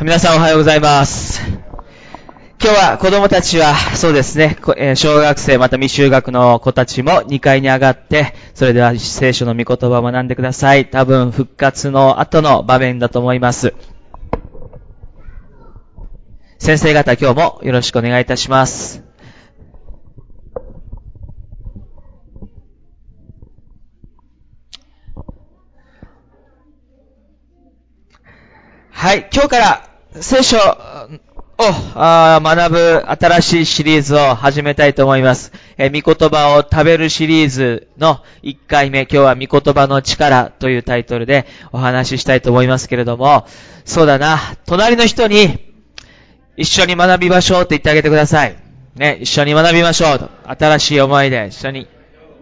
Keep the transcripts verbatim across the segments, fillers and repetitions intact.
皆さんおはようございます。今日は子供たちは、そうですね、小学生また未就学の子たちもにかいに上がって、それでは聖書の御言葉を学んでください。多分復活の後の場面だと思います。先生方、今日もよろしくお願いいたします。はい、今日から聖書をあ学ぶ新しいシリーズを始めたいと思います。えー、御言葉を食べるシリーズのいっかいめ、今日は御言葉の力というタイトルでお話ししたいと思いますけれども、そうだな、隣の人に一緒に学びましょうって言ってあげてください。ね、一緒に学びましょうと。新しい思いで一緒に。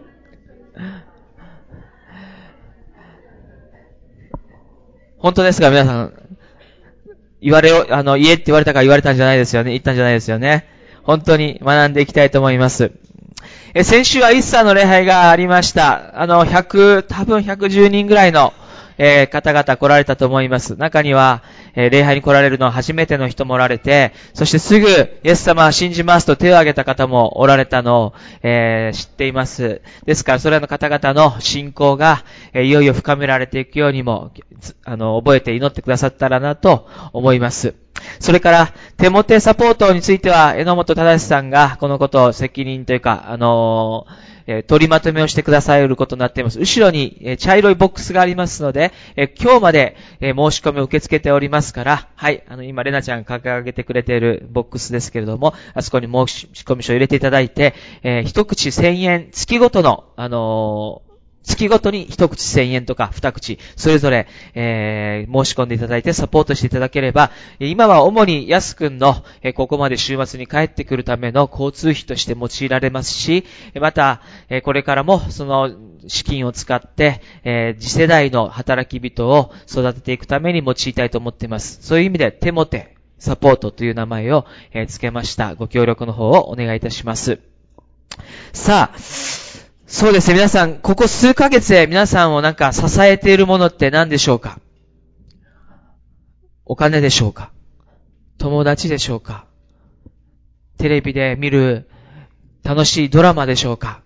本当ですか、皆さん。言われを、あの、家って言われたから言われたんじゃないですよね。言ったんじゃないですよね。本当に学んでいきたいと思います。え、先週はイースターの礼拝がありました。あの、ひゃく、多分ひゃくじゅうにんぐらいの、えー、方々来られたと思います。中には、えー、礼拝に来られるのは初めての人もおられて、そしてすぐ、イエス様信じますと手を挙げた方もおられたのを、えー、知っています。ですから、それらの方々の信仰が、えー、いよいよ深められていくようにも、あの、覚えて祈ってくださったらなと思います。それから、テモテサポートについては、榎本忠さんがこのことを責任というか、あのー、えー、取りまとめをしてくださることになっています。後ろに、えー、茶色いボックスがありますので、えー、今日まで、えー、申し込みを受け付けておりますから、はい、あの、今、レナちゃんが掲げてくれているボックスですけれども、あそこに申し込み書を入れていただいて、えー、一口せんえん、月ごとの、あのー、月ごとに一口せんえんとか二口、それぞれ、えー、申し込んでいただいてサポートしていただければ、今は主にヤス君の、えー、ここまで週末に帰ってくるための交通費として用いられますし、また、えー、これからもその資金を使って、えー、次世代の働き人を育てていくために用いたいと思っています。そういう意味で、テモテサポートという名前を、えー、付けました。ご協力の方をお願いいたします。さあ、そうですね、皆さん、ここ数ヶ月で皆さんをなんか支えているものって何でしょうか？お金でしょうか？友達でしょうか？テレビで見る楽しいドラマでしょうか？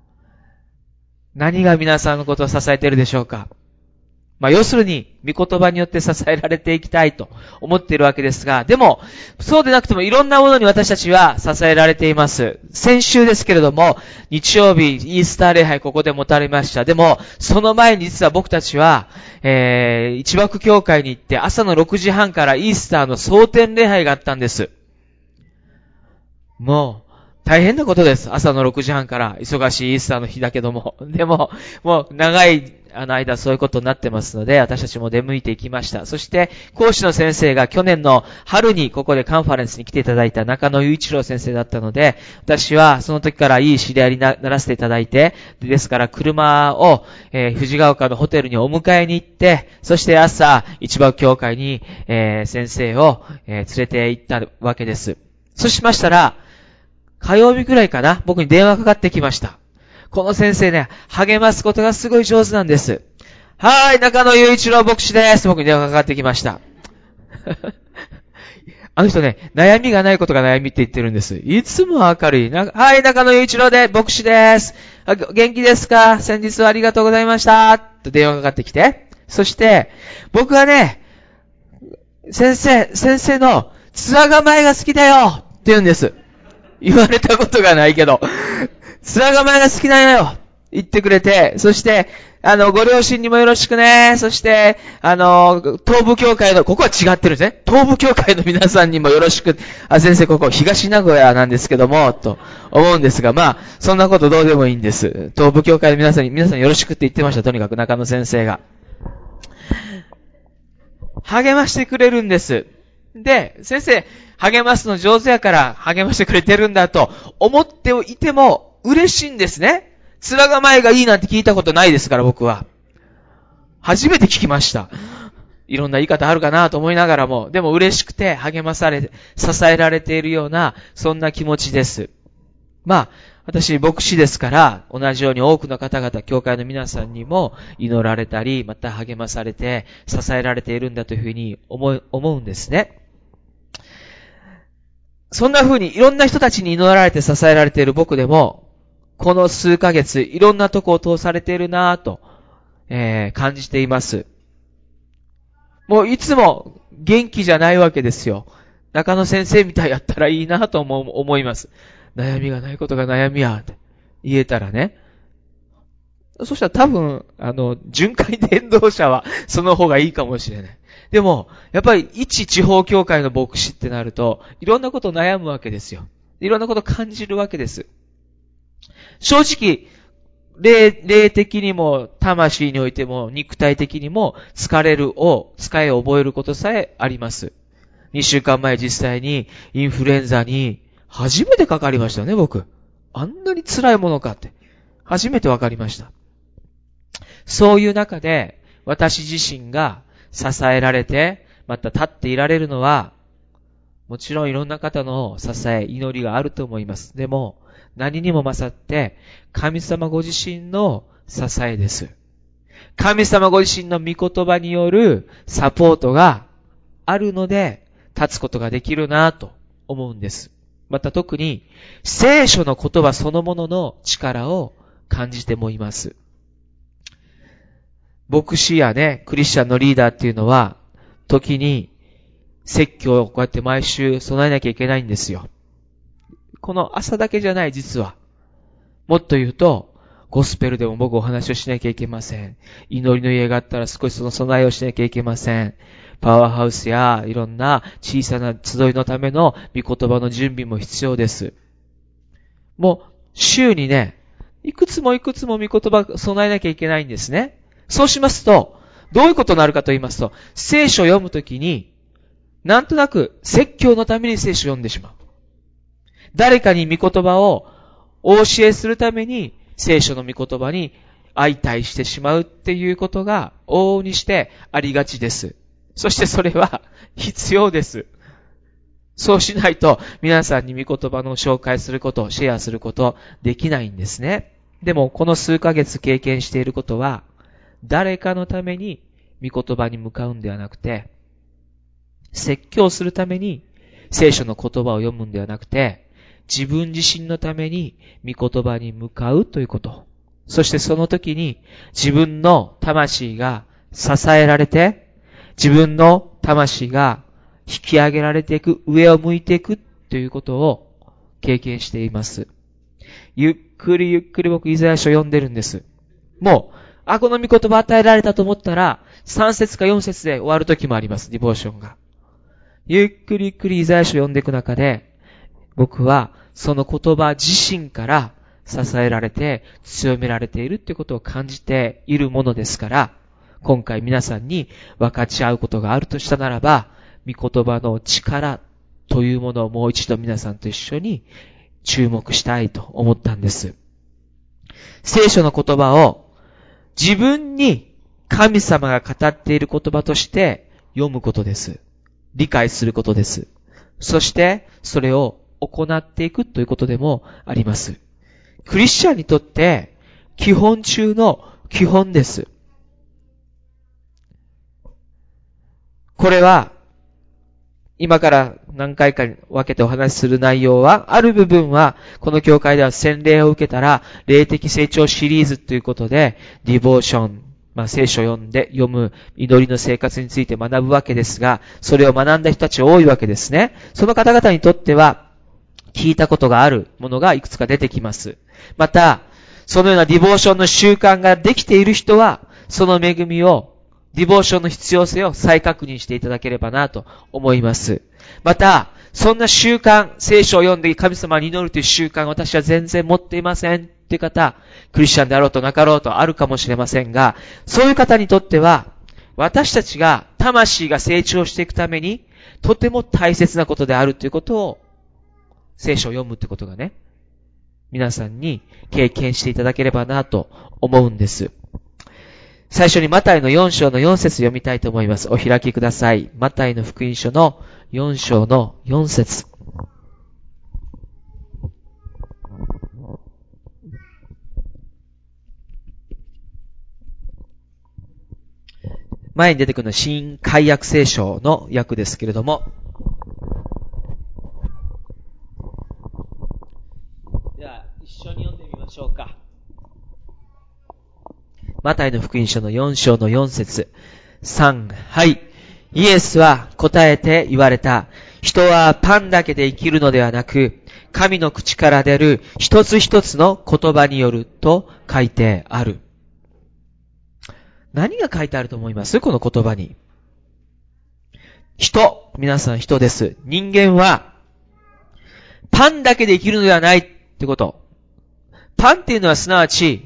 何が皆さんのことを支えているでしょうか？まあ、要するに、御言葉によって支えられていきたいと思っているわけですが、でも、そうでなくてもいろんなものに私たちは支えられています。先週ですけれども、日曜日、イースター礼拝ここで持たれました。でも、その前に実は僕たちは、えー、一幕教会に行って朝のろくじはんからイースターの蒼天礼拝があったんです。もう、大変なことです。朝のろくじはんから忙しいイースターの日だけども。でも、もう長いあの間そういうことになってますので、私たちも出向いていきました。そして、講師の先生が去年の春にここでカンファレンスに来ていただいた中野雄一郎先生だったので、私はその時からいい知り合いにならせていただいて、ですから車を、えー、藤ヶ丘のホテルにお迎えに行って、そして朝、一番教会に、えー、先生を、えー、連れて行ったわけです。そうしましたら、火曜日くらいかな、僕に電話かかってきました。この先生ね、励ますことがすごい上手なんです。はーい、中野雄一郎牧師です。僕に電話かかってきました。あの人ね、悩みがないことが悩みって言ってるんです。いつも明るい。なはい、中野雄一郎で、牧師です。元気ですか？先日はありがとうございました。と電話かかってきて。そして、僕はね、先生、先生の面構えが好きだよって言うんです。言われたことがないけど、面構えが好きだよ言ってくれて、そして、あの、ご両親にもよろしくね。そして、あの、東部教会の、ここは違ってるんですね。東部教会の皆さんにもよろしく。あ、先生、ここ東名古屋なんですけども、と思うんですが、まあ、そんなことどうでもいいんです。東部教会の皆さんに、皆さんよろしくって言ってました。とにかく中野先生が。励ましてくれるんです。で、先生、励ますの上手やから励ましてくれてるんだと思っていても嬉しいんですね。面構えがいいなんて聞いたことないですから僕は。初めて聞きました。いろんな言い方あるかなと思いながらも、でも嬉しくて励まされ、支えられているような、そんな気持ちです。まあ、 私、牧師ですから、同じように多くの方々、教会の皆さんにも祈られたり、また励まされて、支えられているんだというふうに思う、思うんですね。そんなふうにいろんな人たちに祈られて支えられている僕でも、この数ヶ月、いろんなとこを通されているなぁと、えー、感じています。もういつも元気じゃないわけですよ。中野先生みたいやったらいいなと思思います。悩みがないことが悩みやって言えたらね。そしたら多分、あの、巡回伝道者はその方がいいかもしれない。でも、やっぱり一地方教会の牧師ってなると、いろんなこと悩むわけですよ。いろんなこと感じるわけです。正直、霊、霊的にも、魂においても、肉体的にも、疲れるを、疲れを覚えることさえあります。にしゅうかんまえ実際に、インフルエンザに、初めてかかりましたね、僕。あんなに辛いものかって。初めてわかりました。そういう中で、私自身が支えられて、また立っていられるのは、もちろんいろんな方の支え、祈りがあると思います。でも、何にも勝って、神様ご自身の支えです。神様ご自身の御言葉によるサポートがあるので、立つことができるなと思うんです。また特に、聖書の言葉そのものの力を感じてもいます。牧師やね、クリスチャンのリーダーっていうのは、時に説教をこうやって毎週備えなきゃいけないんですよ。この朝だけじゃない、実は。もっと言うと、ゴスペルでも僕お話をしなきゃいけません。祈りの家があったら少しその備えをしなきゃいけません。パワーハウスやいろんな小さな集いのための御言葉の準備も必要です。もう、週にね、いくつもいくつも御言葉備えなきゃいけないんですね。そうしますと、どういうことになるかと言いますと、聖書を読むときに、なんとなく説教のために聖書を読んでしまう。誰かに御言葉をお教えするために聖書の御言葉に相対してしまうっていうことが往々にしてありがちです。そしてそれは必要です。そうしないと皆さんに御言葉の紹介すること、シェアすることできないんですね。でもこの数ヶ月経験していることは、誰かのために御言葉に向かうんではなくて、説教するために聖書の言葉を読むんではなくて、自分自身のために御言葉に向かうということ。そしてその時に自分の魂が支えられて、自分の魂が引き上げられていく、上を向いていくということを経験しています。ゆっくりゆっくり僕イザヤ書を読んでるんです。もう、あ、この御言葉与えられたと思ったら、さん節かよん節で終わる時もあります、ディボーションが。ゆっくりゆっくりイザヤ書を読んでいく中で、僕はその言葉自身から支えられて強められているということを感じているものですから、今回皆さんに分かち合うことがあるとしたならば、御言葉の力というものをもう一度皆さんと一緒に注目したいと思ったんです。聖書の言葉を自分に神様が語っている言葉として読むことです。理解することです。そしてそれを行っていくということでもあります。クリスチャンにとって基本中の基本です。これは今から何回かに分けてお話しする内容は、ある部分はこの教会では洗礼を受けたら霊的成長シリーズということでディボーション、まあ、聖書を読んで読む祈りの生活について学ぶわけですが、それを学んだ人たち多いわけですね。その方々にとっては聞いたことがあるものがいくつか出てきます。また、そのようなディボーションの習慣ができている人は、その恵みを、ディボーションの必要性を再確認していただければなと思います。また、そんな習慣、聖書を読んで神様に祈るという習慣、私は全然持っていませんっていう方、クリスチャンであろうとなかろうとあるかもしれませんが、そういう方にとっては、私たちが魂が成長していくために、とても大切なことであるということを、聖書を読むってことがね、皆さんに経験していただければなと思うんです。最初にマタイのよん章のよん節読みたいと思います。お開きください。マタイの福音書のよん章のよん節。 前に出てくるのは新改約聖書の訳ですけれども、では一緒に読んでみましょうか。マタイの福音書のよん章のよん節。さん、はい。イエスは答えて言われた。人はパンだけで生きるのではなく、神の口から出る一つ一つの言葉によると書いてある。何が書いてあると思います？この言葉に。人。皆さん人です。人間は、パンだけで生きるのではないってこと。パンっていうのはすなわち、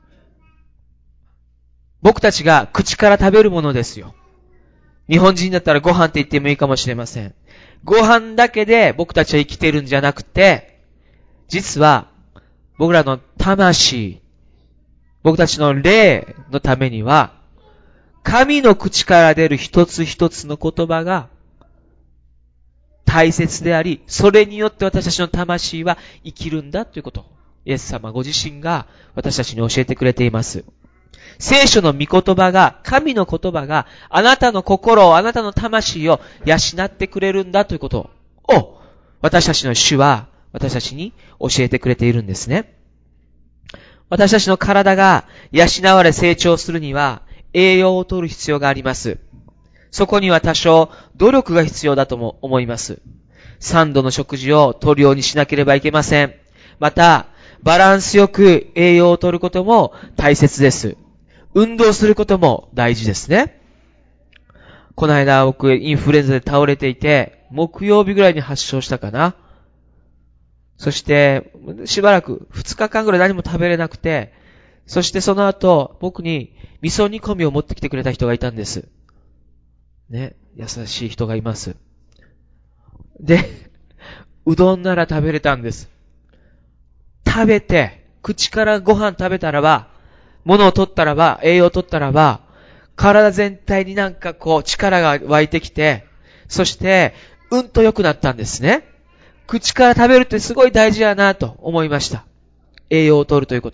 僕たちが口から食べるものですよ。日本人だったらご飯って言ってもいいかもしれません。ご飯だけで僕たちは生きてるんじゃなくて、実は僕らの魂、僕たちの霊のためには、神の口から出る一つ一つの言葉が大切であり、それによって私たちの魂は生きるんだということ。イエス様ご自身が私たちに教えてくれています。聖書の御言葉が、神の言葉があなたの心を、あなたの魂を養ってくれるんだということを私たちの主は私たちに教えてくれているんですね。私たちの体が養われ成長するには栄養を取る必要があります。そこには多少努力が必要だとも思います。三度の食事を取るようにしなければいけません。また、バランスよく栄養を取ることも大切です。運動することも大事ですね。この間僕インフルエンザで倒れていて、木曜日ぐらいに発症したかな。そしてしばらくふつかかんぐらい何も食べれなくて、そしてその後僕に味噌煮込みを持ってきてくれた人がいたんです。ね、優しい人がいます。で、うどんなら食べれたんです。食べて、口からご飯食べたらば、物を取ったらば、栄養を取ったらば、体全体になんかこう力が湧いてきて、そして、うんと良くなったんですね。口から食べるってすごい大事だなと思いました。栄養を取るということ。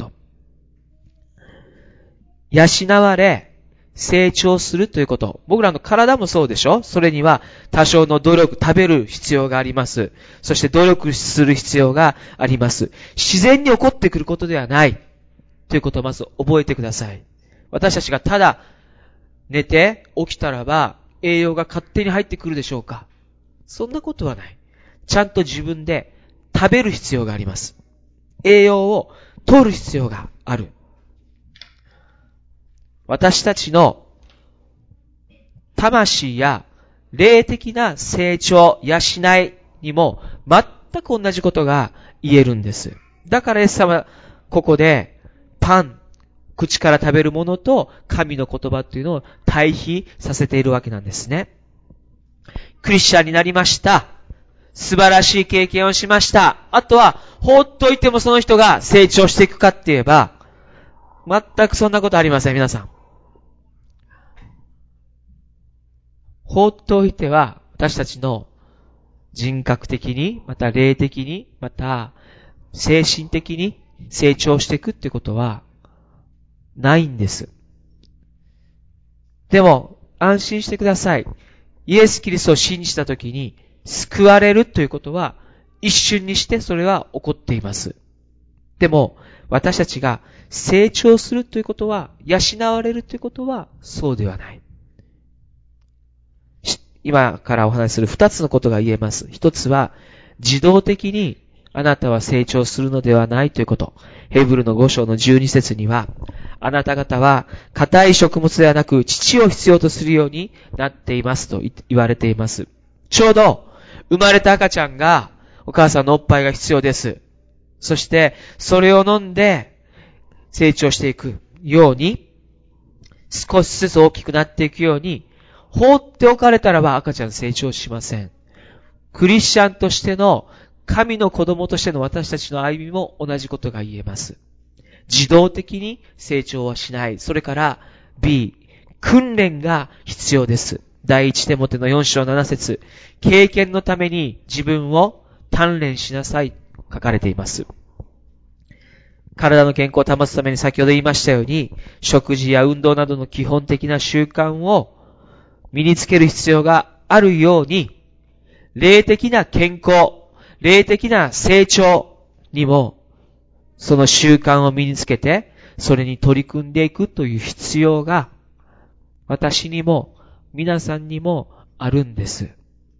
養われ、成長するということ。僕らの体もそうでしょ？それには多少の努力、食べる必要があります。そして努力する必要があります。自然に起こってくることではない。ということをまず覚えてください。私たちがただ寝て起きたらば栄養が勝手に入ってくるでしょうか？そんなことはない。ちゃんと自分で食べる必要があります。栄養を取る必要がある。私たちの魂や霊的な成長、養いにも全く同じことが言えるんです。だからイエス様はここでパン、口から食べるものと神の言葉というのを対比させているわけなんですね。クリスチャンになりました。素晴らしい経験をしました。あとは放っといてもその人が成長していくかって言えば、全くそんなことありません、皆さん。放っておいては私たちの人格的に、また霊的に、また精神的に成長していくってことはないんです。でも安心してください。イエス・キリストを信じたときに救われるということは一瞬にしてそれは起こっています。でも私たちが成長するということは、養われるということはそうではない。今からお話しする二つのことが言えます。一つは自動的にあなたは成長するのではないということ。ヘブルのご章のじゅうに節には、あなた方は硬い食物ではなく乳を必要とするようになっていますと言われています。ちょうど生まれた赤ちゃんがお母さんのおっぱいが必要です。そしてそれを飲んで成長していくように、少しずつ大きくなっていくように、放っておかれたらば赤ちゃん成長しません。クリスチャンとしての神の子供としての私たちの歩みも同じことが言えます。自動的に成長はしない。それから B、訓練が必要です。第一テモテのよん章なな節、経験のために自分を鍛錬しなさい書かれています。体の健康を保つために先ほど言いましたように、食事や運動などの基本的な習慣を身につける必要があるように、霊的な健康、霊的な成長にも、その習慣を身につけて、それに取り組んでいくという必要が、私にも、皆さんにもあるんです。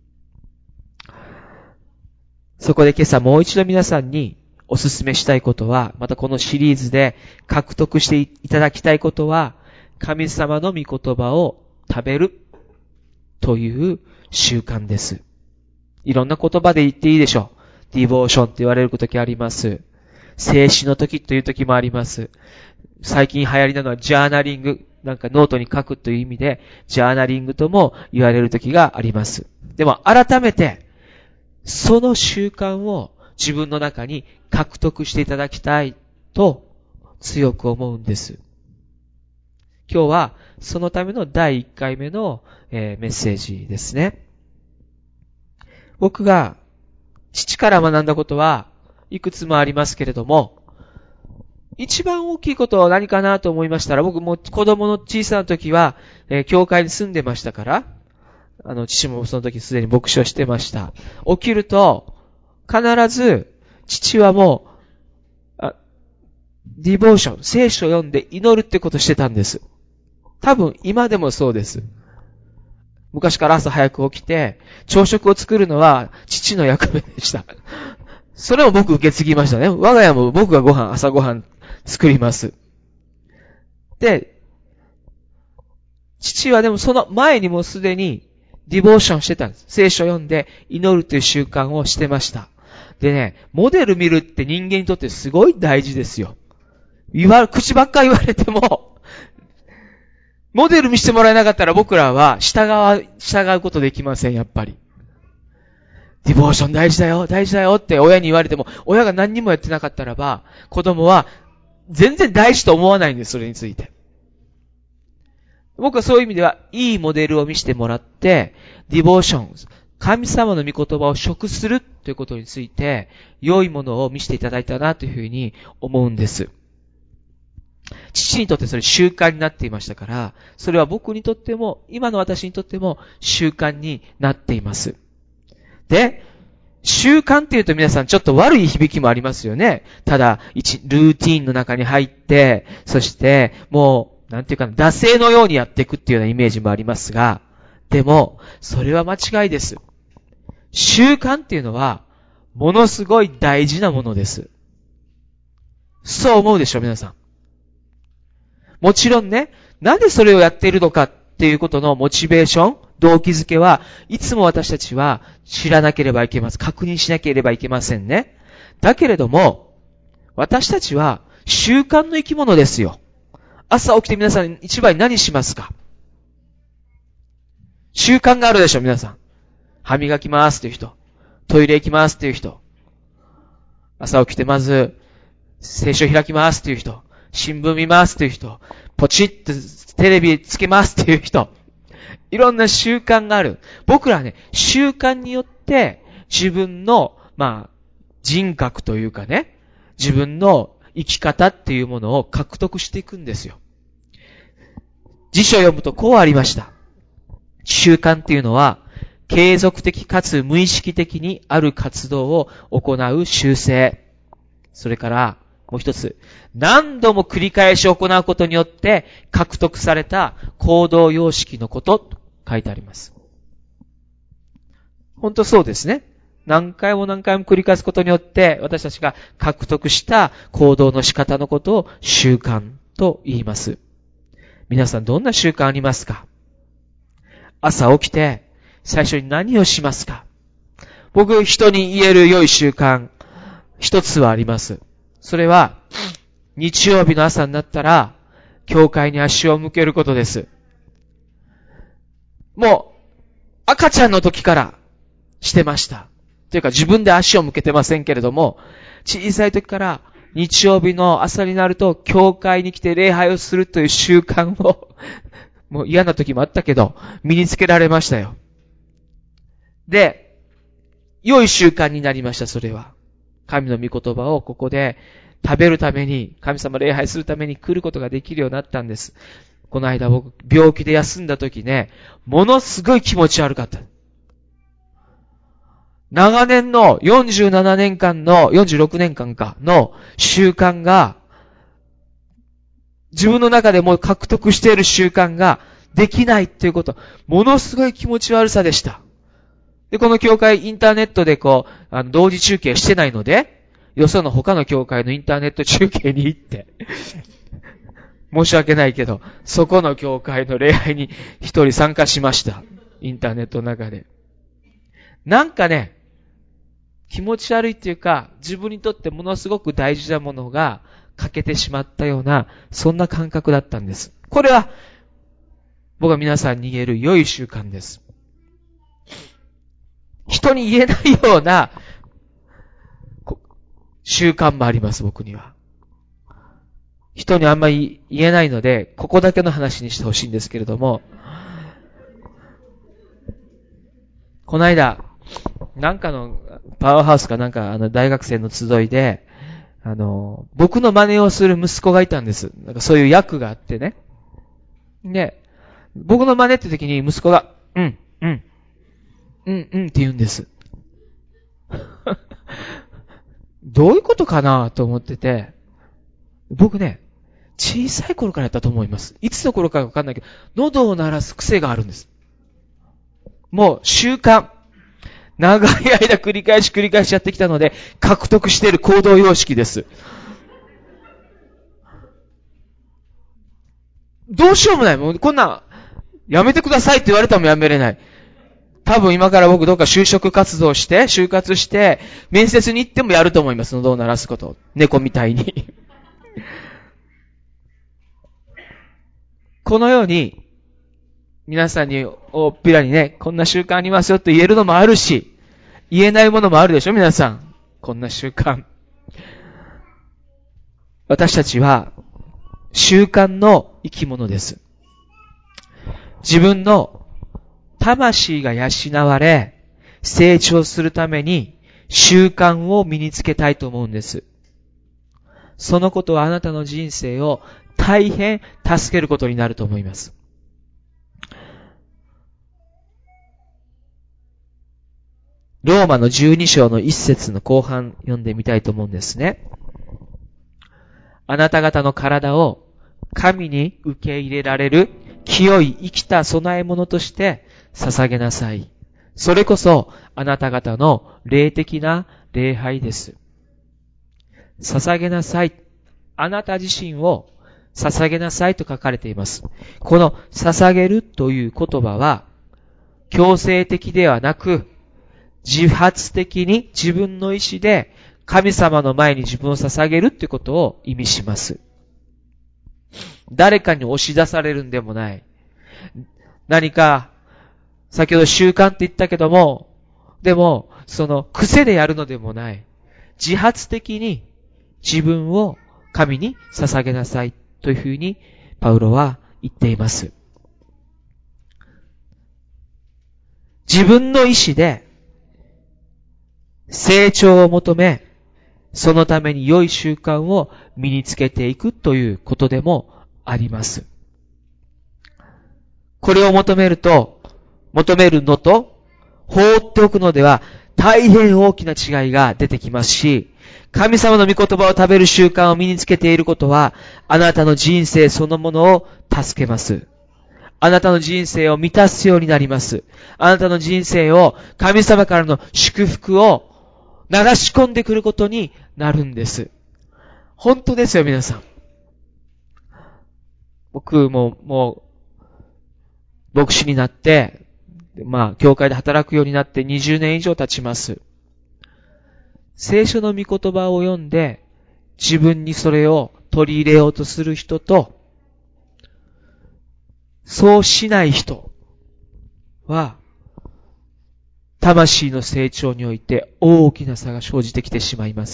そこで今朝もう一度皆さんにお勧めしたいことは、またこのシリーズで獲得していただきたいことは、神様の御言葉を食べるという習慣です。いろんな言葉で言っていいでしょう。ディボーションって言われる時あります。静止の時という時もあります。最近流行りなのはジャーナリング、なんかノートに書くという意味で、ジャーナリングとも言われる時があります。でも改めて、その習慣を自分の中に獲得していただきたいと強く思うんです。今日はそのためのだいいっかいめの、えー、メッセージですね。僕が父から学んだことはいくつもありますけれども、一番大きいことは何かなと思いましたら、僕も子供の小さな時は、えー、教会に住んでましたから、あの、父もその時すでに牧師をしてました。起きると、必ず、父はもう、あ、ディボーション、聖書を読んで祈るってことしてたんです。多分、今でもそうです。昔から朝早く起きて、朝食を作るのは父の役目でした。それを僕受け継ぎましたね。我が家も僕がご飯、朝ご飯作ります。で、父はでもその前にもすでに、ディボーションしてたんです。聖書を読んで祈るという習慣をしてました。でね、モデル見るって人間にとってすごい大事ですよ。言わ、口ばっかり言われても、モデル見せてもらえなかったら僕らは従う、従うことできません、やっぱり。ディボーション大事だよ、大事だよって親に言われても、親が何にもやってなかったらば、子供は全然大事と思わないんです、それについて。僕はそういう意味では、いいモデルを見せてもらって、ディボーション、神様の御言葉を食するということについて、良いものを見せていただいたなというふうに思うんです。父にとってそれ習慣になっていましたから、それは僕にとっても、今の私にとっても習慣になっています。で、習慣っていうと皆さんちょっと悪い響きもありますよね。ただ、一、ルーティーンの中に入って、そして、もう、なんていうかな、惰性のようにやっていくっていうようなイメージもありますが、でも、それは間違いです。習慣っていうのは、ものすごい大事なものです。そう思うでしょ、皆さん。もちろんね、なんでそれをやっているのかっていうことのモチベーション、動機づけはいつも私たちは知らなければいけません。確認しなければいけませんね。だけれども、私たちは習慣の生き物ですよ。朝起きて皆さん一番に何しますか？習慣があるでしょ、皆さん。歯磨きますという人。トイレ行きますという人。朝起きてまず、聖書開きますという人。新聞見ますという人。ポチッとテレビつけますという人。いろんな習慣がある。僕らはね、習慣によって自分の、まあ、人格というかね、自分の生き方っていうものを獲得していくんですよ。辞書を読むとこうありました。習慣っていうのは、継続的かつ無意識的にある活動を行う習性。それから、もう一つ、何度も繰り返し行うことによって獲得された行動様式のことと書いてあります。本当そうですね。何回も何回も繰り返すことによって私たちが獲得した行動の仕方のことを習慣と言います。皆さんどんな習慣ありますか？朝起きて最初に何をしますか？僕、人に言える良い習慣一つはあります。それは、日曜日の朝になったら、教会に足を向けることです。もう、赤ちゃんの時からしてました。というか自分で足を向けてませんけれども、小さい時から日曜日の朝になると、教会に来て礼拝をするという習慣を、もう嫌な時もあったけど、身につけられましたよ。で、良い習慣になりました、それは。神の御言葉をここで食べるために、神様礼拝するために来ることができるようになったんです。 この間僕、病気で休んだ時ね、ものすごい気持ち悪かった。長年のよんじゅうななねんかんの、よんじゅうろくねんかんかの習慣が、自分の中でもう獲得している習慣ができないっていうこと、ものすごい気持ち悪さでした。で、この教会、インターネットでこう、あの、同時中継してないので、よその他の教会のインターネット中継に行って、申し訳ないけど、そこの教会の礼拝に一人参加しました。インターネットの中で。なんかね、気持ち悪いっていうか、自分にとってものすごく大事なものが欠けてしまったような、そんな感覚だったんです。これは、僕は皆さんに言える良い習慣です。人に言えないような習慣もあります、僕には。人にあんまり言えないので、ここだけの話にしてほしいんですけれども、この間、なんかのパワーハウスかなんかあの大学生の集いで、あの、僕の真似をする息子がいたんです。なんかそういう役があってね。で、僕の真似って時に息子が、うん、うん、うん、うんって言うんです。どういうことかなと思ってて、僕ね、小さい頃からやったと思います。いつの頃かわかんないけど、喉を鳴らす癖があるんです。もう習慣。長い間繰り返し繰り返しやってきたので、獲得している行動様式です。どうしようもない。もうこんな、やめてくださいって言われたらもやめれない。多分今から僕どっか就職活動して、就活して、面接に行ってもやると思います。喉を鳴らすこと。猫みたいに。このように、皆さんに大っぴらにね、こんな習慣ありますよと言えるのもあるし、言えないものもあるでしょ、皆さん。こんな習慣。私たちは、習慣の生き物です。自分の魂が養われ、成長するために習慣を身につけたいと思うんです。そのことはあなたの人生を大変助けることになると思います。ローマのじゅうに章の一節の後半読んでみたいと思うんですね。あなた方の体を神に受け入れられる清い生きた供え物として捧げなさい。それこそあなた方の霊的な礼拝です。捧げなさい。あなた自身を捧げなさいと書かれています。この捧げるという言葉は強制的ではなく自発的に自分の意志で神様の前に自分を捧げるってことを意味します。誰かに押し出されるんでもない。何か、先ほど習慣って言ったけども、でも、その癖でやるのでもない。自発的に自分を神に捧げなさいというふうにパウロは言っています。自分の意志で成長を求め、そのために良い習慣を身につけていくということでもあります。これを求めると、求めるのと放っておくのでは大変大きな違いが出てきますし、神様の御言葉を食べる習慣を身につけていることは、あなたの人生そのものを助けます。あなたの人生を満たすようになります。あなたの人生を神様からの祝福を流し込んでくることになるんです。本当ですよ、皆さん。僕ももう牧師になって、まあ、教会で働くようになってにじゅうねん以上経ちます。聖書の御言葉を読んで、自分にそれを取り入れようとする人と、そうしない人は、魂の成長において大きな差が生じてきてしまいます。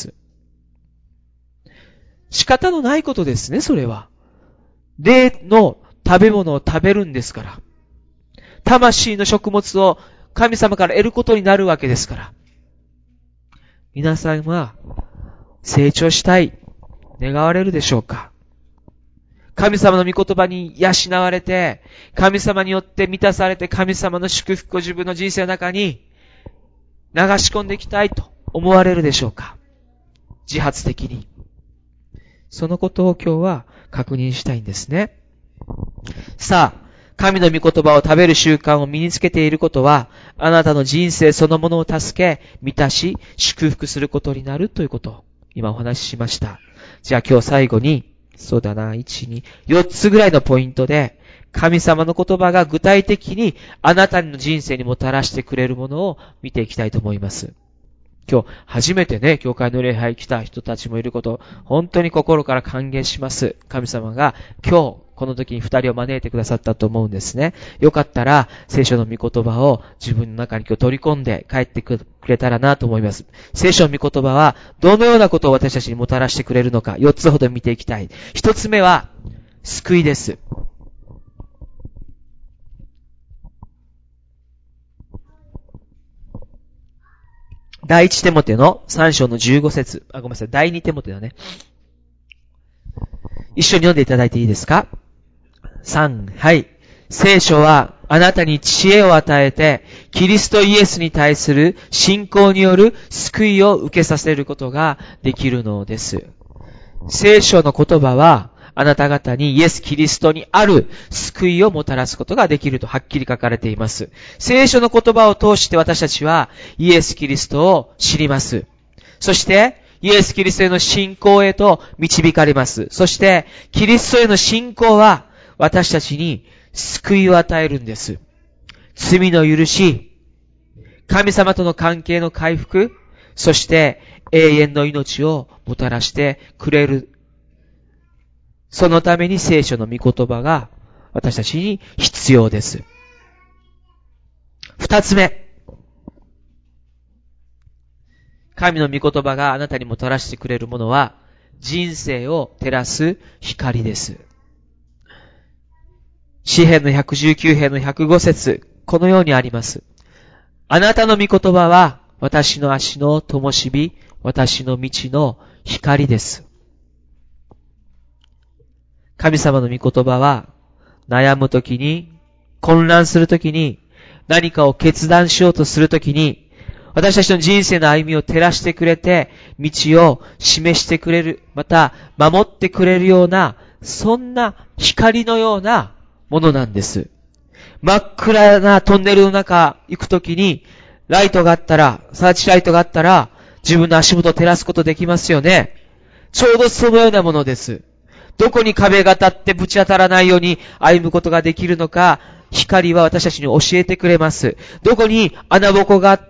仕方のないことですね、それは。霊の食べ物を食べるんですから。魂の食物を神様から得ることになるわけですから。皆さんは成長したい、願われるでしょうか？ 神様の御言葉に養われて、神様によって満たされて、神様の祝福を自分の人生の中に流し込んでいきたいと思われるでしょうか？自発的に。そのことを今日は確認したいんですね。さあ、神の御言葉を食べる習慣を身につけていることは、あなたの人生そのものを助け、満たし、祝福することになるということを今お話ししました。じゃあ今日最後に、そうだな、いち、に、よっつぐらいのポイントで、神様の言葉が具体的にあなたの人生にもたらしてくれるものを見ていきたいと思います。今日初めてね、教会の礼拝来た人たちもいること、本当に心から歓迎します。神様が今日この時に二人を招いてくださったと思うんですね。よかったら聖書の御言葉を自分の中に今日取り込んで帰ってくれたらなと思います。聖書の御言葉はどのようなことを私たちにもたらしてくれるのか、四つほど見ていきたい。一つ目は救いです。第一テモテのさん章のじゅうご節。あ、ごめんなさい。第二テモテだね。一緒に読んでいただいていいですか？さん、はい。聖書はあなたに知恵を与えて、キリストイエスに対する信仰による救いを受けさせることができるのです。聖書の言葉は、あなた方にイエス・キリストにある救いをもたらすことができるとはっきり書かれています。聖書の言葉を通して私たちはイエス・キリストを知ります。そして、イエス・キリストへの信仰へと導かれます。そして、キリストへの信仰は私たちに救いを与えるんです。罪の許し、神様との関係の回復、そして永遠の命をもたらしてくれる。そのために聖書の御言葉が私たちに必要です。二つ目。神の御言葉があなたにもたらしてくれるものは人生を照らす光です。詩編のひゃくじゅうきゅう編のひゃくご節、このようにあります。あなたの御言葉は私の足の灯火、私の道の光です。神様の御言葉は悩むときに、混乱するときに、何かを決断しようとするときに、私たちの人生の歩みを照らしてくれて、道を示してくれる、また守ってくれるような、そんな光のようなものなんです。真っ暗なトンネルの中行くときに、ライトがあったら、サーチライトがあったら、自分の足元を照らすことできますよね。ちょうどそのようなものです。どこに壁が立ってぶち当たらないように歩むことができるのか、光は私たちに教えてくれます。どこに穴ぼこがあって、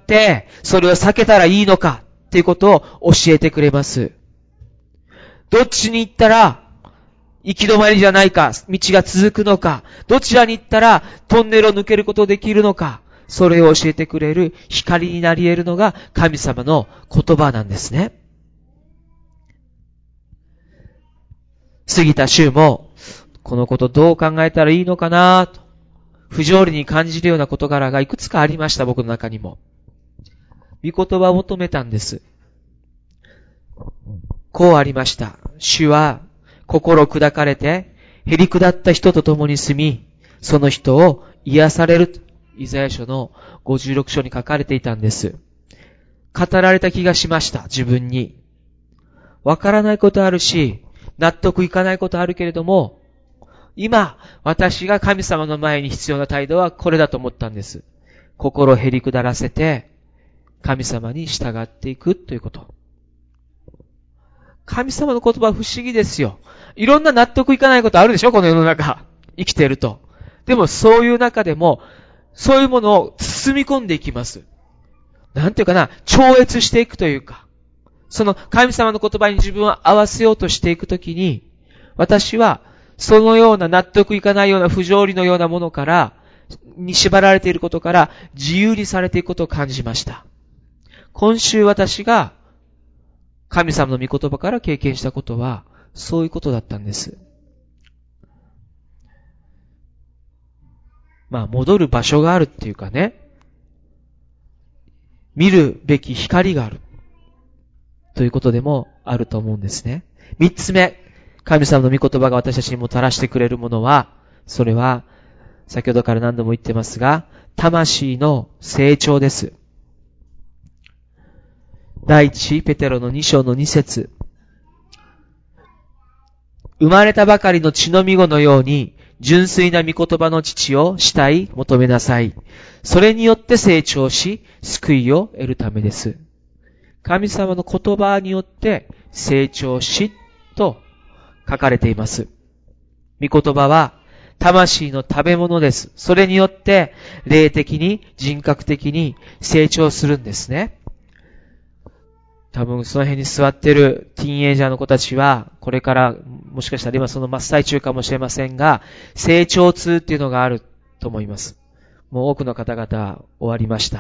それを避けたらいいのか、っていうことを教えてくれます。どっちに行ったら、行き止まりじゃないか、道が続くのか、どちらに行ったらトンネルを抜けることができるのか、それを教えてくれる光になり得るのが神様の言葉なんですね。過ぎた週も、このことどう考えたらいいのかなと、不条理に感じるような事柄がいくつかありました、僕の中にも。御言葉を求めたんです。こうありました。主は、心砕かれて、へり下った人と共に住み、その人を癒されると、イザヤ書のごじゅうろく章に書かれていたんです。語られた気がしました、自分に。わからないことあるし、納得いかないことあるけれども、今、私が神様の前に必要な態度はこれだと思ったんです。心をへり下らせて、神様に従っていくということ。神様の言葉は不思議ですよ。いろんな納得いかないことあるでしょ、この世の中。生きていると。でもそういう中でも、そういうものを包み込んでいきます。なんていうかな、超越していくというか。その神様の言葉に自分を合わせようとしていくときに、私はそのような納得いかないような不条理のようなものから、に縛られていることから自由にされていくことを感じました。今週私が神様の御言葉から経験したことは、そういうことだったんです。まあ、戻る場所があるっていうかね、見るべき光があるということでもあると思うんですね。三つ目、 神様の御言葉が私たちにもたらしてくれるものは、それは、先ほどから何度も言ってますが、魂の成長です。第一ペテロのに章のに節。生まれたばかりの血のみ子のように、純粋な御言葉の父を慕い求めなさい。それによって成長し、救いを得るためです。神様の言葉によって成長し、と書かれています。御言葉は、魂の食べ物です。それによって、霊的に、人格的に成長するんですね。多分その辺に座っているティーンエイジャーの子たちは、これからもしかしたら今その真っ最中かもしれませんが、成長痛っていうのがあると思います。もう多くの方々終わりました。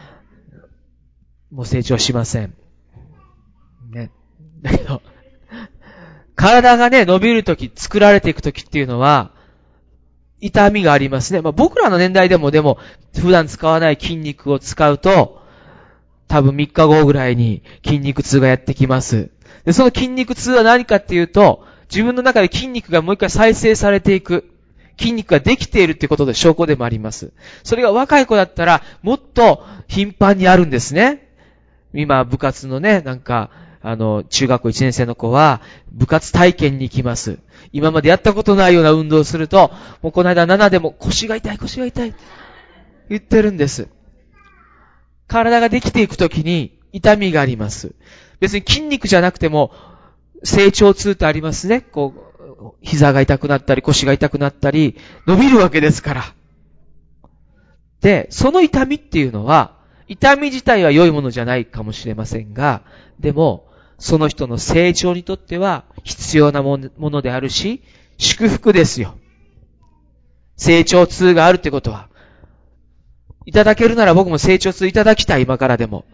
もう成長しません。ね。だけど、体がね、伸びるとき、作られていくときっていうのは、痛みがありますね。まあ僕らの年代でもでも、普段使わない筋肉を使うと、多分みっかごぐらいに筋肉痛がやってきます。で、その筋肉痛は何かっていうと、自分の中で筋肉がもう一回再生されていく。筋肉ができているってことで証拠でもあります。それが若い子だったら、もっと頻繁にあるんですね。今、部活のね、なんか、あの、中学校いちねん生の子は、部活体験に行きます。今までやったことないような運動をすると、もうこの間ななでも腰が痛い、腰が痛い、言ってるんです。体ができていくときに痛みがあります。別に筋肉じゃなくても成長痛ってありますね。こう、膝が痛くなったり腰が痛くなったり伸びるわけですから。で、その痛みっていうのは痛み自体は良いものじゃないかもしれませんが、でもその人の成長にとっては必要なものであるし、祝福ですよ。成長痛があるってことは。いただけるなら僕も成長痛いただきたい、今からでも。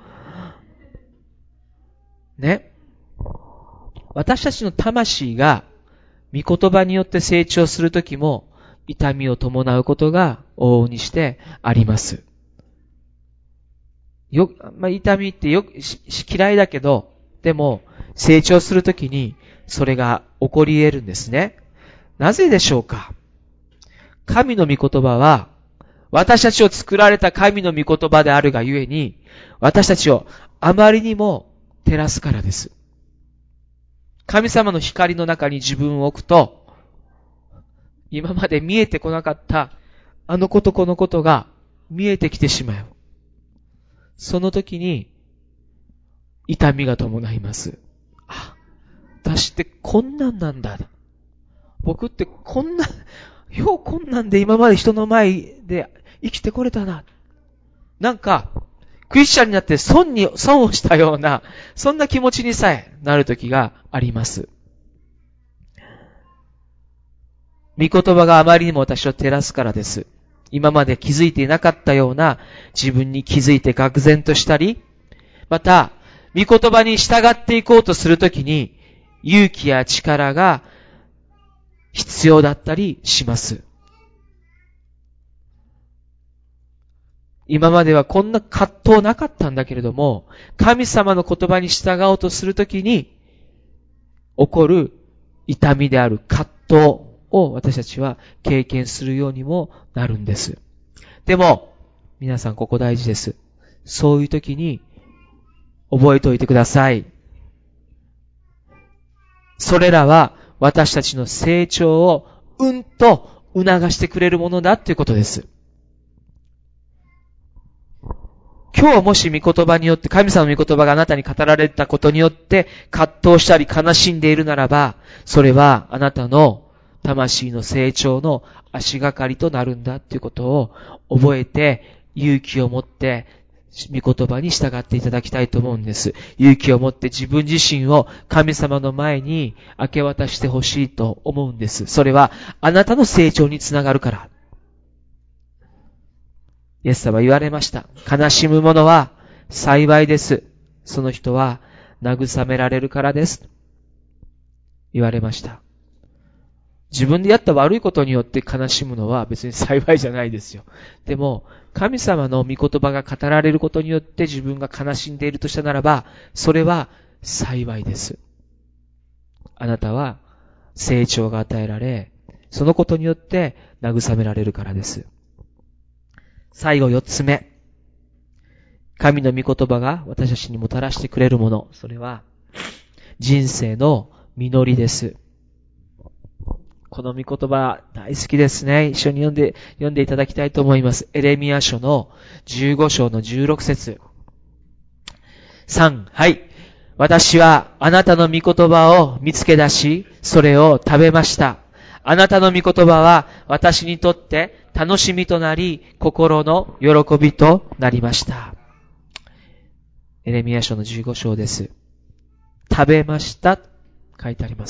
ね。私たちの魂が、御言葉によって成長するときも、痛みを伴うことが往々にしてあります。よ、まあ、痛みってよ、嫌いだけど、でも、成長するときに、それが起こり得るんですね。なぜでしょうか？神の御言葉は、私たちを作られた神の御言葉であるがゆえに、私たちをあまりにも照らすからです。神様の光の中に自分を置くと、今まで見えてこなかったあのことこのことが見えてきてしまう。その時に痛みが伴います。あ、私ってこんなんなんだ。僕ってこんな、ようこんなんで今まで人の前で生きてこれたな。なんか、クリスチャンになって損に、損をしたような、そんな気持ちにさえなる時があります。御言葉があまりにも私を照らすからです。今まで気づいていなかったような自分に気づいて愕然としたり、また、御言葉に従っていこうとするときに、勇気や力が必要だったりします。今まではこんな葛藤なかったんだけれども、神様の言葉に従おうとするときに、起こる痛みである葛藤を私たちは経験するようにもなるんです。でも、皆さんここ大事です。そういうときに、覚えておいてください。それらは私たちの成長をうんと促してくれるものだということです。今日もし御言葉によって、神様の御言葉があなたに語られたことによって葛藤したり悲しんでいるならば、それはあなたの魂の成長の足がかりとなるんだということを覚えて、勇気を持って御言葉に従っていただきたいと思うんです。勇気を持って自分自身を神様の前に明け渡してほしいと思うんです。それはあなたの成長につながるから。イエス様は言われました。悲しむ者は幸いです。その人は慰められるからです。言われました。自分でやった悪いことによって悲しむのは別に幸いじゃないですよ。でも、神様の御言葉が語られることによって自分が悲しんでいるとしたならば、それは幸いです。あなたは成長が与えられ、そのことによって慰められるからです。最後四つ目。神の御言葉が私たちにもたらしてくれるもの。それは、人生の実りです。この御言葉大好きですね。一緒に読んで、読んでいただきたいと思います。エレミヤ書のじゅうご章のじゅうろく節。さん、はい。私はあなたの御言葉を見つけ出し、それを食べました。あなたの御言葉は私にとって楽しみとなり、心の喜びとなりました。エレミヤ書のじゅうご章です。食べました。書いてあります。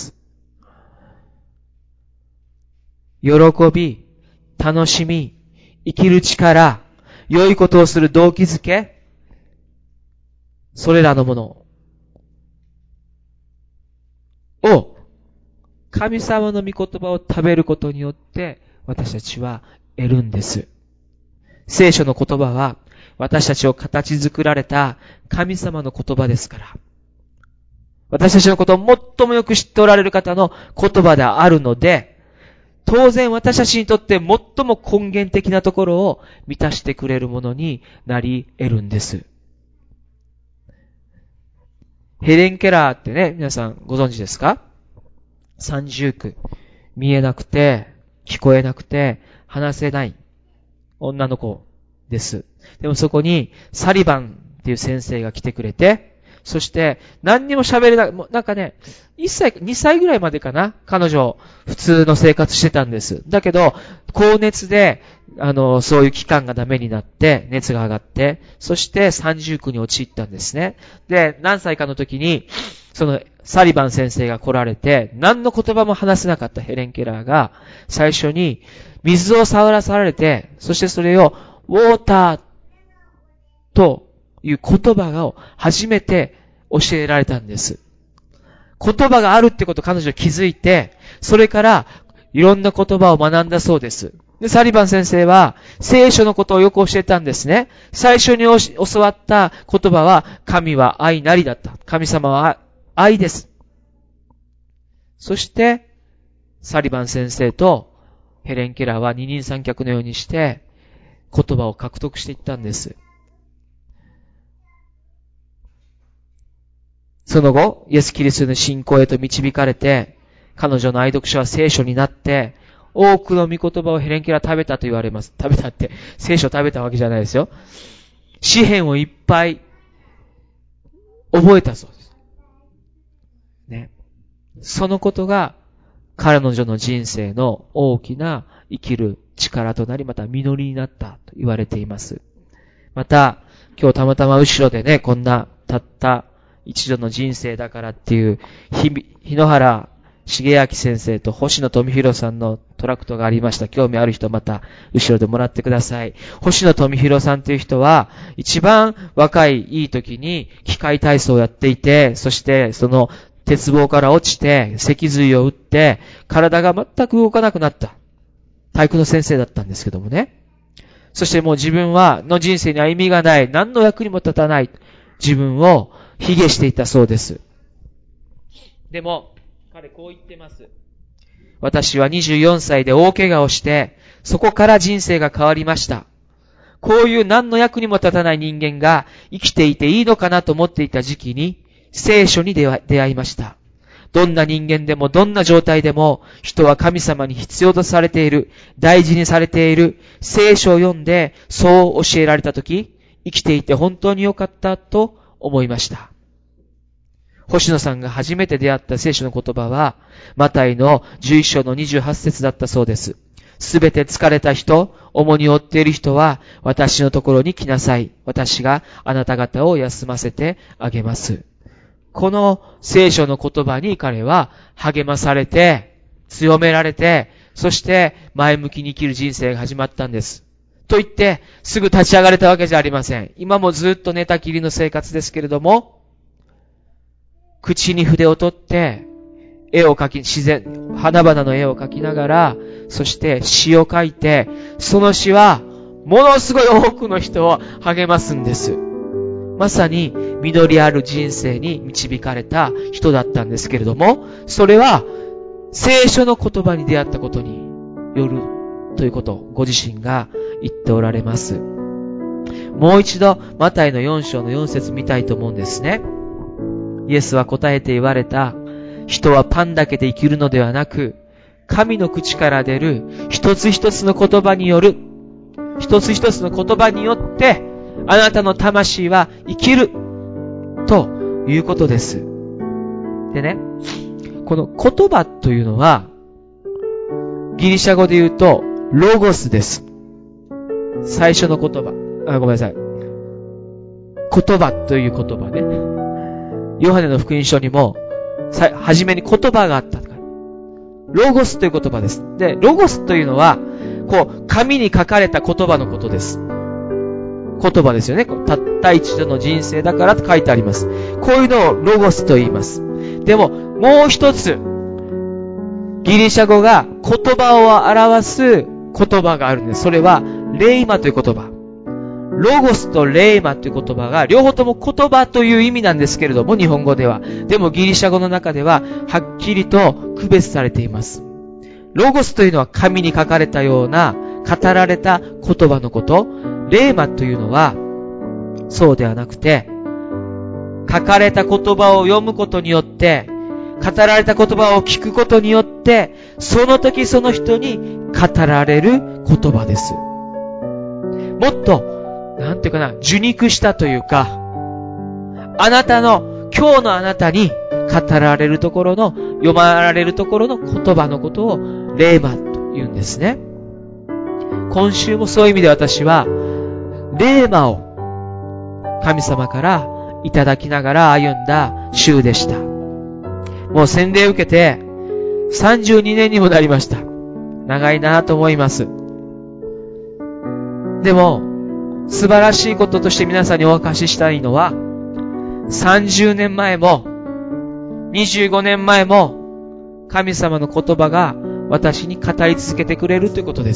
喜び、楽しみ、生きる力、良いことをする動機づけ、それらのものを神様の御言葉を食べることによって私たちは得るんです。聖書の言葉は私たちを形作られた神様の言葉ですから。私たちのことを最もよく知っておられる方の言葉であるので、当然私たちにとって最も根源的なところを満たしてくれるものになり得るんです。ヘレン・ケラーってね、皆さんご存知ですか？三重苦。見えなくて、聞こえなくて、話せない女の子です。でもそこにサリバンっていう先生が来てくれて、そして何にも喋れない、もうなんかね、いっさい、にさいぐらいまでかな、彼女普通の生活してたんです。だけど高熱であのそういう期間がダメになって熱が上がって、そして三重苦に陥ったんですね。で、何歳かの時にそのサリバン先生が来られて、何の言葉も話せなかったヘレン・ケラーが最初に水を触らされて、そしてそれをウォーターという言葉を初めて教えられたんです。言葉があるってことを彼女は気づいて、それからいろんな言葉を学んだそうです。で、サリバン先生は聖書のことをよく教えたんですね。最初に教わった言葉は神は愛なりだった。神様は愛です。そしてサリバン先生とヘレン・ケラーは二人三脚のようにして言葉を獲得していったんです。その後、イエス・キリストの信仰へと導かれて、彼女の愛読書は聖書になって、多くの御言葉をヘレン・ケラー食べたと言われます。食べたって、聖書を食べたわけじゃないですよ。詩篇をいっぱい覚えたそうです。ね。そのことが、彼女の人生の大きな生きる力となり、また実りになったと言われています。また、今日たまたま後ろでね、こんなたった一度の人生だからっていう、日野原重明先生と星野富弘さんのトラクトがありました。興味ある人また後ろでもらってください。星野富弘さんという人は、一番若いいい時に機械体操をやっていて、そしてその鉄棒から落ちて、脊髄を打って、体が全く動かなくなった。体育の先生だったんですけどもね。そしてもう自分は、の人生には意味がない。何の役にも立たない。自分を卑下していたそうです。でも、彼こう言ってます。私はにじゅうよんさいで大怪我をして、そこから人生が変わりました。こういう何の役にも立たない人間が生きていていいのかなと思っていた時期に、聖書に出会いました。どんな人間でもどんな状態でも人は神様に必要とされている、大事にされている聖書を読んでそう教えられたとき、生きていて本当に良かったと思いました。星野さんが初めて出会った聖書の言葉は、マタイのじゅういっ章のにじゅうはち節だったそうです。すべて疲れた人、重荷を負っている人は、私のところに来なさい。私があなた方を休ませてあげます。この聖書の言葉に彼は励まされて、強められて、そして前向きに生きる人生が始まったんです。と言って、すぐ立ち上がれたわけじゃありません。今もずっと寝たきりの生活ですけれども、口に筆を取って、絵を描き、自然、花々の絵を描きながら、そして詩を書いて、その詩は、ものすごい多くの人を励ますんです。まさに、実りある人生に導かれた人だったんですけれども、それは、 聖書の言葉に出会ったことによるということをご自身が言っておられます。もう一度マタイのよん章のよん節見たいと思うんですね。イエスは答えて言われた。人はパンだけで生きるのではなく、神の口から出る一つ一つの言葉による、一つ一つの言葉によって、あなたの魂は生きるということです。でね、この言葉というのは、ギリシャ語で言うと、ロゴスです。最初の言葉。あ、ごめんなさい。言葉という言葉ね。ヨハネの福音書にも、さ、はじめに言葉があったとか。ロゴスという言葉です。で、ロゴスというのは、こう、紙に書かれた言葉のことです。言葉ですよね。たった一度の人生だからと書いてあります。こういうのをロゴスと言います。でも、もう一つ、ギリシャ語が言葉を表す言葉があるんです。それは、レイマという言葉。ロゴスとレイマという言葉が、両方とも言葉という意味なんですけれども、日本語では。でもギリシャ語の中では、はっきりと区別されています。ロゴスというのは紙に書かれたような、語られた言葉のこと。レイマというのは、そうではなくて、書かれた言葉を読むことによって、語られた言葉を聞くことによって、その時その人に語られる言葉です。もっと、なんていうかな、受肉したというか、あなたの、今日のあなたに語られるところの、読まれるところの言葉のことを、レーマと言うんですね。今週もそういう意味で私は、レーマを神様からいただきながら歩んだ週でした。もう洗礼を受けてさんじゅうにねんにもなりました。長いなと思います。でも、素晴らしいこととして皆さんにお明かししたいのは、さんじゅうねんまえも、にじゅうごねんまえも、神様の言葉が私に語り続けてくれるということです。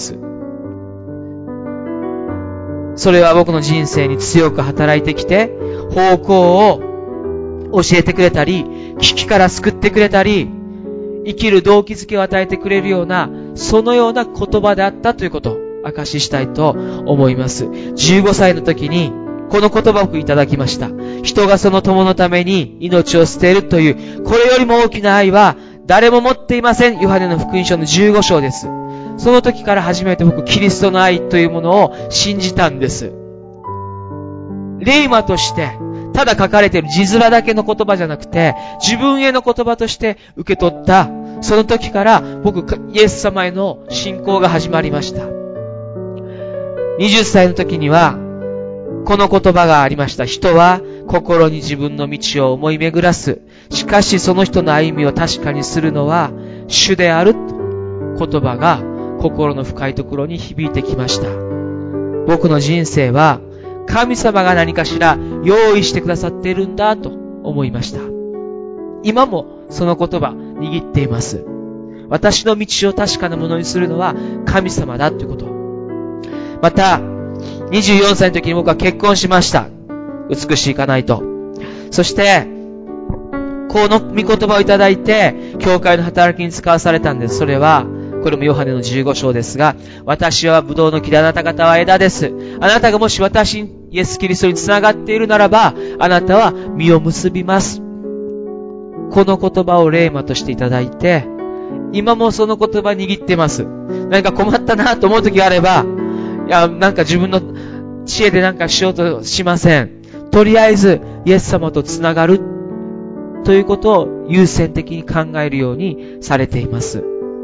それは僕の人生に強く働いてきて、方向を教えてくれたり、危機から救ってくれたり、生きる動機づけを与えてくれるような、そのような言葉であったということを証ししたいと思います。じゅうごさいの時に、この言葉を僕いただきました。人がその友のために命を捨てるという、これよりも大きな愛は誰も持っていません。ヨハネの福音書のじゅうご章です。その時から初めて僕、キリストの愛というものを信じたんです。レイマとして、ただ書かれている字面だけの言葉じゃなくて、自分への言葉として受け取った、その時から僕、イエス様への信仰が始まりました。はたちの時には、この言葉がありました。人は心に自分の道を思い巡らす。しかしその人の歩みを確かにするのは主である。言葉が心の深いところに響いてきました。僕の人生は神様が何かしら用意してくださっているんだと思いました。今もその言葉握っています。私の道を確かなものにするのは神様だということ。また、にじゅうよんさいの時に僕は結婚しました。美しいかないと。そして、この御言葉をいただいて、教会の働きに使わされたんです。それは、これもヨハネのじゅうご章ですが、私はブドウの木であなた方は枝です。あなたがもし私にイエス・キリストにつながっているならば、あなたは実を結びます。この言葉をレーマとしていただいて、今もその言葉握ってます。何か困ったなと思う時があれば、いや、なんか自分の知恵でなんかしようとしません。とりあえず、イエス様とつながるということを優先的に考えるようにされています。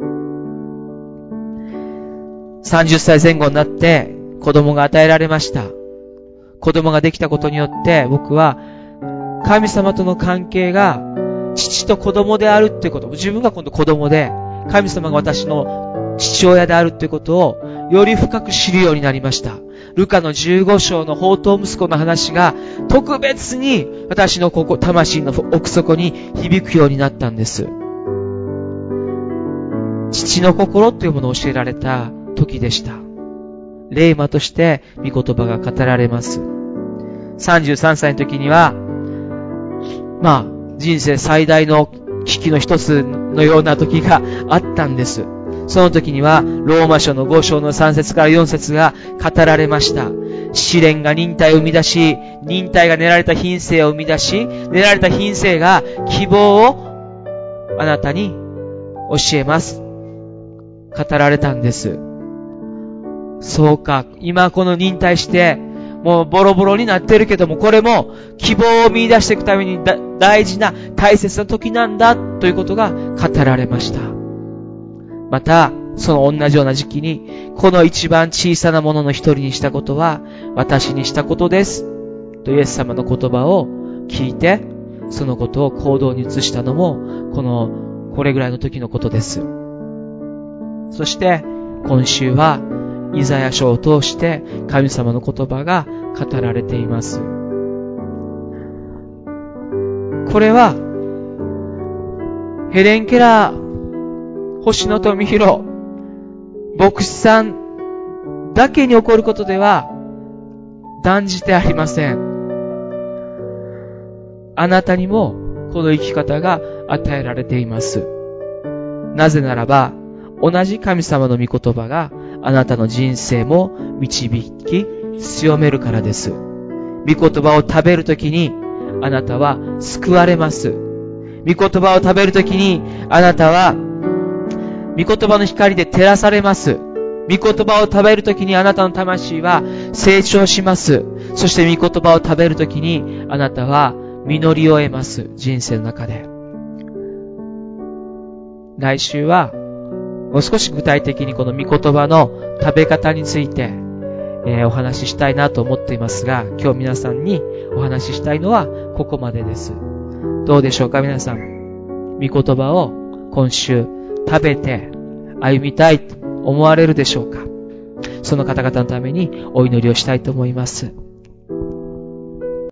さんじゅっさいぜん後になって子供が与えられました。子供ができたことによって僕は神様との関係が父と子供であるっていうこと、自分が今度子供で神様が私の父親であるっていうことをより深く知るようになりました。ルカのじゅうご章の放蕩息子の話が特別に私のここ魂の奥底に響くようになったんです。父の心というものを教えられた時でした。レイマとして御言葉が語られます。さんじゅうさんさいの時には、まあ、人生最大の危機の一つのような時があったんです。その時には、ローマ書のご章のさん節からよん節が語られました。試練が忍耐を生み出し、忍耐が練られた品性を生み出し、練られた品性が希望をあなたに教えます。語られたんです。そうか、今この忍耐して、もうボロボロになってるけども、これも希望を見出していくために大事な大切な時なんだということが語られました。また、その同じような時期に、この一番小さなものの一人にしたことは、私にしたことです。とイエス様の言葉を聞いて、そのことを行動に移したのも、この、これぐらいの時のことです。そして、今週は、イザヤ書を通して、神様の言葉が語られています。これは、ヘレン・ケラー、星野富弘、牧師さんだけに起こることでは断じてありません。あなたにもこの生き方が与えられています。なぜならば、同じ神様の御言葉があなたの人生も導き強めるからです。御言葉を食べるときにあなたは救われます。御言葉を食べるときにあなたは御言葉の光で照らされます。御言葉を食べるときにあなたの魂は成長します。そして御言葉を食べるときにあなたは実りを得ます。人生の中で。来週はもう少し具体的にこの御言葉の食べ方について、えー、お話ししたいなと思っていますが、今日皆さんにお話ししたいのはここまでです。どうでしょうか皆さん。御言葉を今週食べて歩みたいと思われるでしょうか。その方々のためにお祈りをしたいと思います。